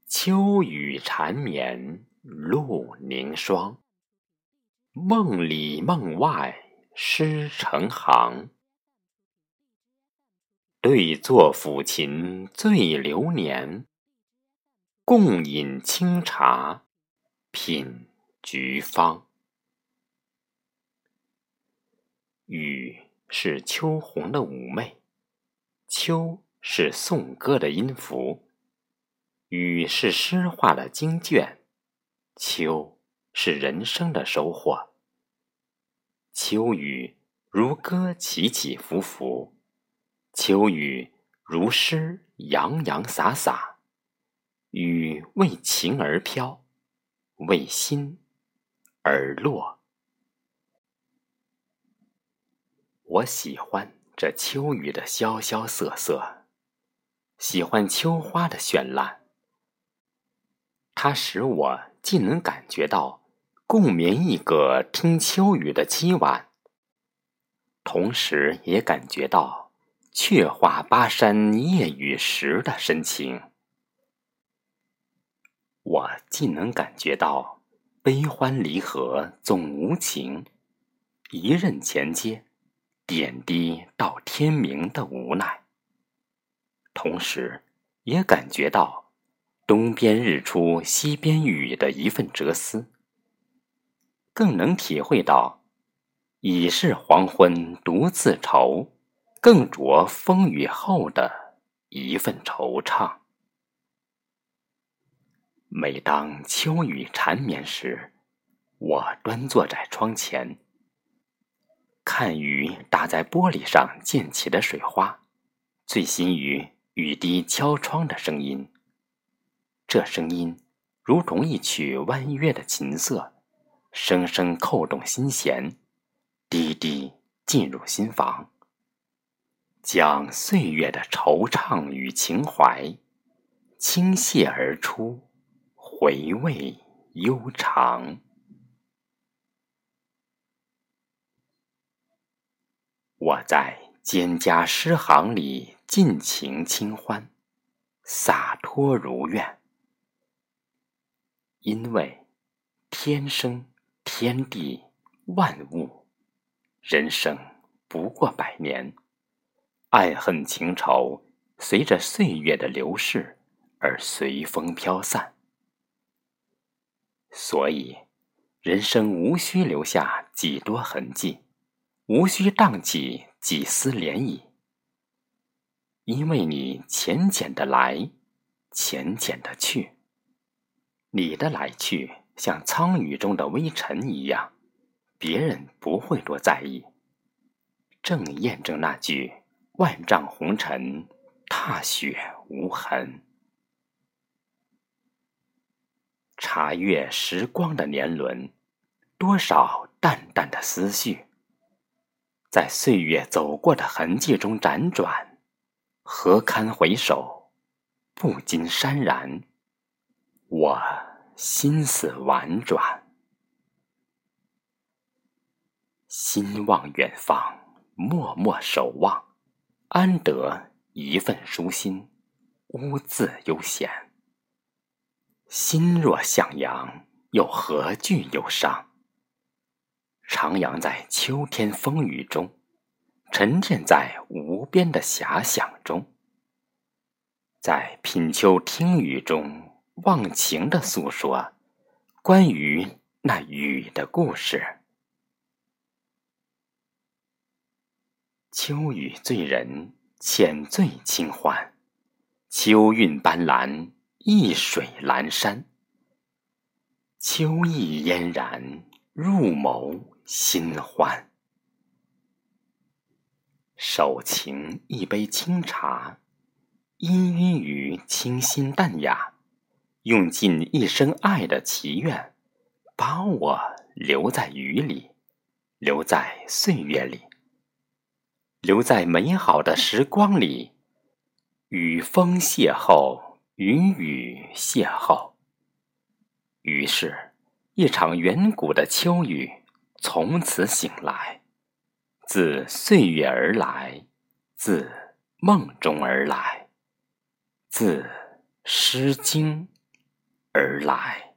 秋雨缠绵露凝霜，梦里梦外诗成行。对坐抚琴醉流年，共饮清茶品菊芳。雨是秋红的妩媚，秋是颂歌的音符，雨是诗画的经卷，秋是人生的收获。秋雨如歌起起伏伏，秋雨如诗洋洋洒洒。雨为情而飘，为心而落。我喜欢这秋雨的萧萧瑟瑟，喜欢秋花的绚烂。它使我既能感觉到共眠一阁听秋雨的凄婉，同时也感觉到却话巴山夜雨时的深情。我既能感觉到悲欢离合总无情，一任前接，点滴到天明的无奈，同时也感觉到东边日出西边雨的一份哲思，更能体会到已是黄昏独自愁，更着风雨后的一份惆怅。每当秋雨缠绵时，我端坐在窗前，看雨打在玻璃上溅起的水花，醉心于雨滴敲窗的声音。这声音如同一曲婉约的琴瑟，声声扣动心弦，滴滴进入心房，将岁月的惆怅与情怀倾泻而出，回味悠长。我在蒹葭诗行里尽情清欢，洒脱如愿。因为天生天地万物，人生不过百年，爱恨情仇随着岁月的流逝而随风飘散，所以人生无需留下几多痕迹，无需荡起几丝涟漪，因为你浅浅的来，浅浅的去，你的来去像苍宇中的微尘一样，别人不会多在意，正验证那句万丈红尘，踏雪无痕。查阅时光的年轮，多少淡淡的思绪，在岁月走过的痕迹中辗转，何堪回首，不禁潸然，我心思婉转。心望远方，默默守望，安得一份舒心，屋自悠闲。心若向阳，又何惧忧伤？徜徉在秋天风雨中，沉淀在无边的遐想中，在品秋听雨中忘情地诉说关于那雨的故事。秋雨醉人，浅醉清欢，秋韵斑斓，一水阑珊。秋意嫣然，入眸心欢。手擎一杯清茶，氤氲于清新淡雅，用尽一生爱的祈愿，把我留在雨里，留在岁月里，留在美好的时光里，与风邂逅，与雨邂逅。于是一场远古的秋雨从此醒来，自岁月而来，自梦中而来，自诗经而来。